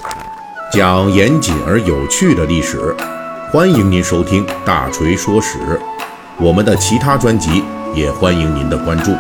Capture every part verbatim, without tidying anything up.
讲严谨而有趣的历史，欢迎您收听大锤说史。我们的其他专辑也欢迎您的关注。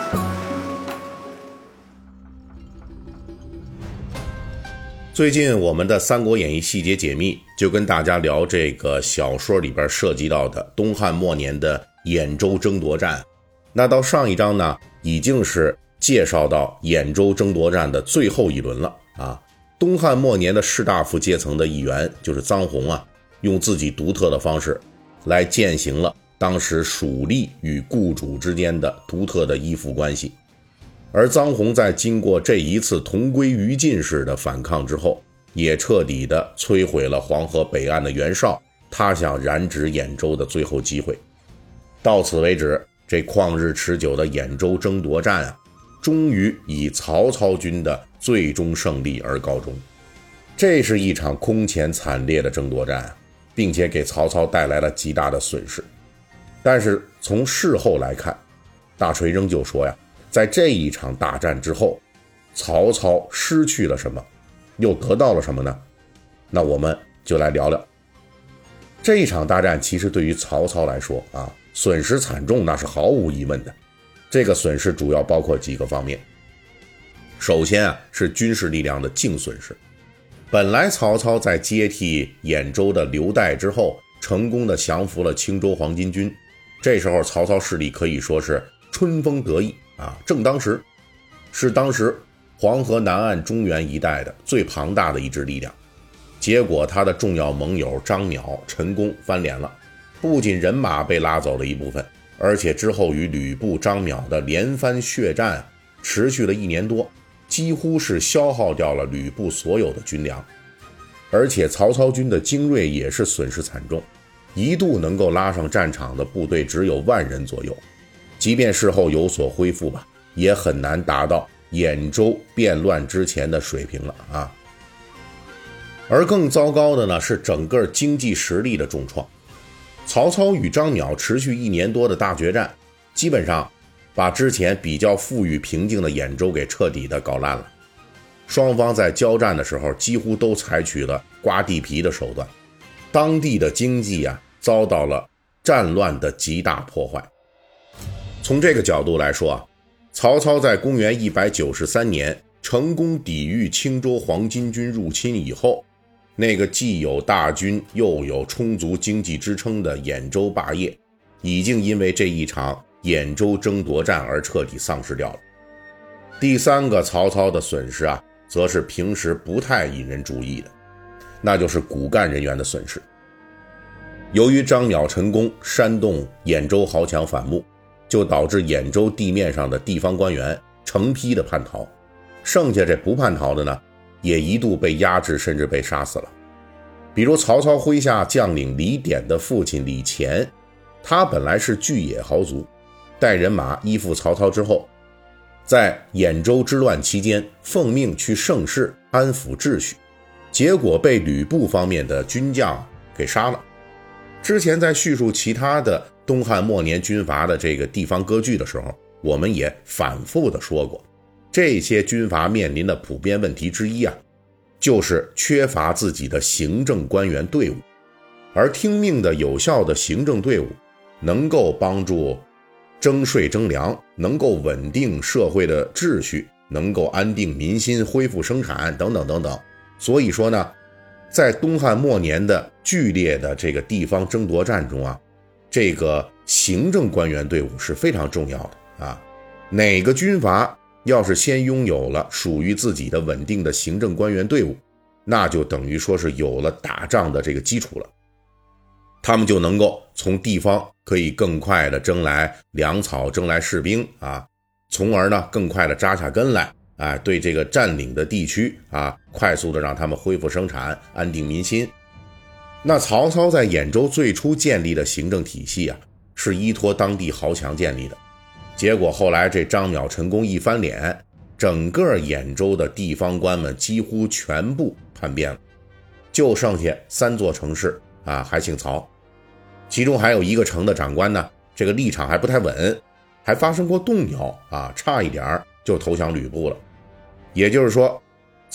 最近我们的《三国演义》细节解密就跟大家聊这个小说里边涉及到的东汉末年的兖州争夺战。那到上一章呢，已经是介绍到兖州争夺战的最后一轮了啊。东汉末年的士大夫阶层的一员就是臧洪啊，用自己独特的方式来践行了当时蜀吏与雇主之间的独特的依附关系。而臧洪在经过这一次同归于尽式的反抗之后，也彻底的摧毁了黄河北岸的袁绍他想染指兖州的最后机会。到此为止，这旷日持久的兖州争夺战啊，终于以曹操军的最终胜利而告终。这是一场空前惨烈的争夺战，并且给曹操带来了极大的损失。但是从事后来看，大锤仍旧说呀，在这一场大战之后，曹操失去了什么，又得到了什么呢？那我们就来聊聊。这一场大战其实对于曹操来说啊，损失惨重，那是毫无疑问的。这个损失主要包括几个方面。首先啊，是军事力量的净损失。本来曹操在接替兖州的刘岱之后，成功的降服了青州黄巾军，这时候曹操势力可以说是春风得意啊，正当时，是当时黄河南岸中原一带的最庞大的一支力量。结果他的重要盟友张邈、陈宫翻脸了，不仅人马被拉走了一部分，而且之后与吕布、张邈的连番血战持续了一年多，几乎是消耗掉了吕布所有的军粮。而且曹操军的精锐也是损失惨重，一度能够拉上战场的部队只有万人左右，即便事后有所恢复吧，也很难达到兖州变乱之前的水平了啊。而更糟糕的呢，是整个经济实力的重创。曹操与张邈持续一年多的大决战，基本上把之前比较富裕平静的兖州给彻底的搞烂了。双方在交战的时候几乎都采取了刮地皮的手段，当地的经济啊遭到了战乱的极大破坏。从这个角度来说啊，曹操在公元一百九十三年成功抵御青州黄巾军入侵以后，那个既有大军又有充足经济支撑的兖州霸业，已经因为这一场兖州争夺战而彻底丧失掉了。第三个曹操的损失啊，则是平时不太引人注意的，那就是骨干人员的损失。由于张邈、陈宫煽动兖州豪强反目，就导致兖州地面上的地方官员成批的叛逃，剩下这不叛逃的呢，也一度被压制甚至被杀死了。比如曹操麾下将领李典的父亲李乾，他本来是巨野豪族，带人马依附曹操之后，在兖州之乱期间奉命去盛世安抚秩序，结果被吕布方面的军将给杀了。之前在叙述其他的东汉末年军阀的这个地方割据的时候，我们也反复的说过，这些军阀面临的普遍问题之一啊，就是缺乏自己的行政官员队伍。而听命的有效的行政队伍能够帮助征税征粮，能够稳定社会的秩序，能够安定民心，恢复生产等等等等。所以说呢，在东汉末年的剧烈的这个地方争夺战中啊，这个行政官员队伍是非常重要的啊。哪个军阀要是先拥有了属于自己的稳定的行政官员队伍，那就等于说是有了打仗的这个基础了。他们就能够从地方可以更快的征来粮草，征来士兵啊，从而呢更快的扎下根来啊，对这个占领的地区啊，快速的让他们恢复生产，安定民心。那曹操在兖州最初建立的行政体系啊，是依托当地豪强建立的。结果后来这张邈、陈宫一翻脸，整个兖州的地方官们几乎全部叛变了，就剩下三座城市啊还姓曹。其中还有一个城的长官呢，这个立场还不太稳，还发生过动摇啊，差一点就投降吕布了。也就是说，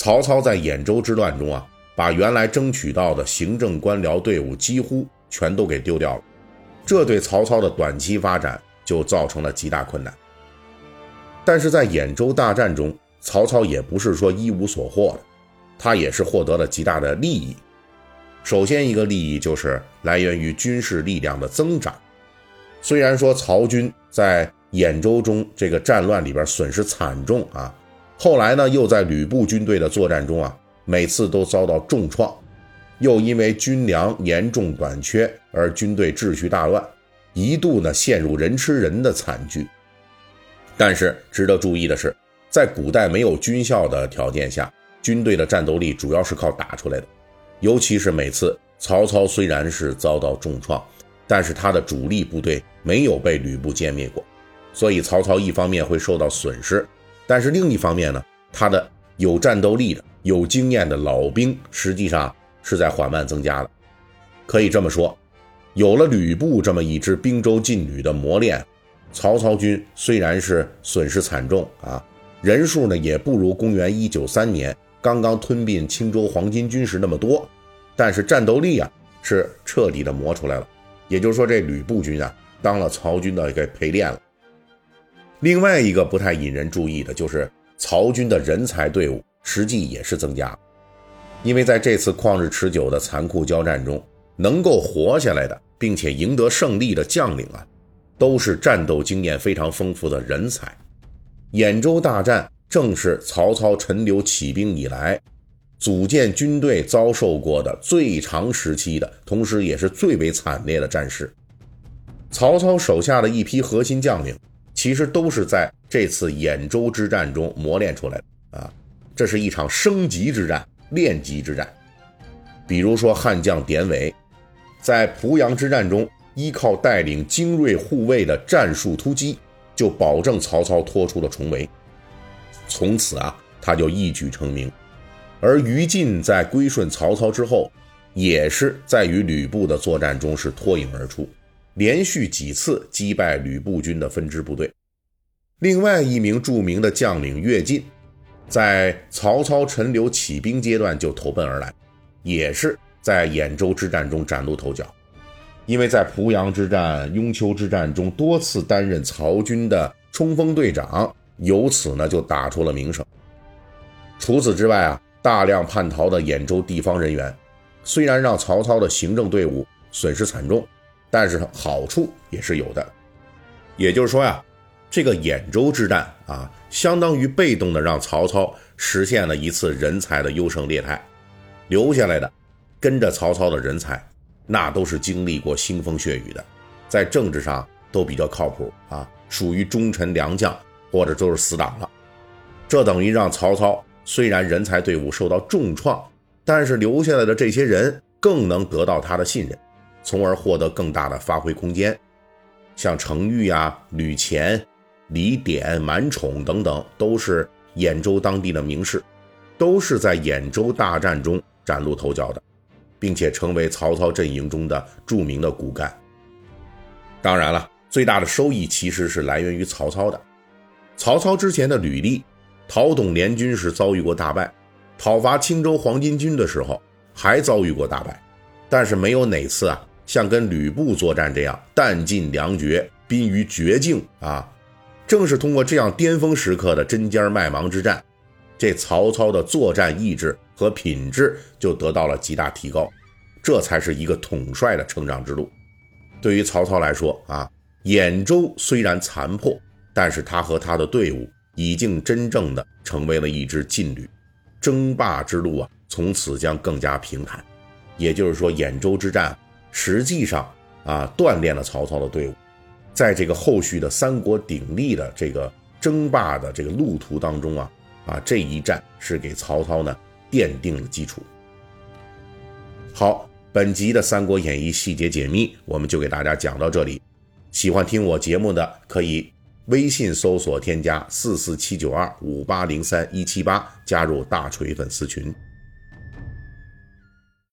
曹操在兖州之乱中啊，把原来争取到的行政官僚队伍几乎全都给丢掉了，这对曹操的短期发展就造成了极大困难。但是在兖州大战中，曹操也不是说一无所获的，他也是获得了极大的利益。首先一个利益就是来源于军事力量的增长。虽然说曹军在兖州中这个战乱里边损失惨重啊，后来呢又在吕布军队的作战中啊，每次都遭到重创，又因为军粮严重短缺而军队秩序大乱，一度呢陷入人吃人的惨剧。但是值得注意的是，在古代没有军校的条件下，军队的战斗力主要是靠打出来的。尤其是每次曹操虽然是遭到重创，但是他的主力部队没有被吕布歼灭过，所以曹操一方面会受到损失，但是另一方面呢，他的有战斗力的有经验的老兵实际上是在缓慢增加的。可以这么说，有了吕布这么一支兵州劲旅的磨练，曹操军虽然是损失惨重啊，人数呢也不如公元一九三年刚刚吞并青州黄巾军时那么多，但是战斗力啊是彻底的磨出来了。也就是说，这吕布军啊当了曹军的一个陪练了。另外一个不太引人注意的就是曹军的人才队伍实际也是增加了，因为在这次旷日持久的残酷交战中，能够活下来的并且赢得胜利的将领啊，都是战斗经验非常丰富的人才。兖州大战正是曹操陈留起兵以来组建军队遭受过的最长时期的，同时也是最为惨烈的战事。曹操手下的一批核心将领其实都是在这次兖州之战中磨练出来的啊，这是一场升级之战，练级之战。比如说悍将典韦，在濮阳之战中依靠带领精锐护卫的战术突击，就保证曹操拖出了重围，从此啊他就一举成名。而于禁在归顺曹操之后，也是在与吕布的作战中是脱颖而出，连续几次击败吕布军的分支部队。另外一名著名的将领乐进，在曹操陈留起兵阶段就投奔而来，也是在兖州之战中崭露头角。因为在濮阳之战、雍丘之战中多次担任曹军的冲锋队长，由此呢就打出了名声。除此之外啊，大量叛逃的兖州地方人员虽然让曹操的行政队伍损失惨重，但是好处也是有的。也就是说呀，这个兖州之战啊，相当于被动的让曹操实现了一次人才的优胜劣汰。留下来的跟着曹操的人才，那都是经历过腥风血雨的，在政治上都比较靠谱啊，属于忠臣良将或者都是死党了。这等于让曹操虽然人才队伍受到重创，但是留下来的这些人更能得到他的信任，从而获得更大的发挥空间。像程昱啊、吕虔、李典、满宠等等，都是兖州当地的名士，都是在兖州大战中崭露头角的，并且成为曹操阵营中的著名的骨干。当然了，最大的收益其实是来源于曹操的。曹操之前的履历，讨董联军时遭遇过大败，讨伐青州黄巾军的时候还遭遇过大败，但是没有哪次啊像跟吕布作战这样弹尽粮绝、濒于绝境啊。正是通过这样巅峰时刻的针尖麦芒之战，这曹操的作战意志和品质就得到了极大提高，这才是一个统帅的成长之路。对于曹操来说啊，兖州虽然残破，但是他和他的队伍已经真正的成为了一支劲旅，争霸之路啊从此将更加平坦。也就是说，兖州之战实际上啊锻炼了曹操的队伍，在这个后续的三国鼎立的这个争霸的这个路途当中啊啊这一战是给曹操呢奠定了基础。好，本集的三国演义细节解密我们就给大家讲到这里。喜欢听我节目的可以微信搜索添加四四七九二五八零三一七八，加入大锤粉丝群。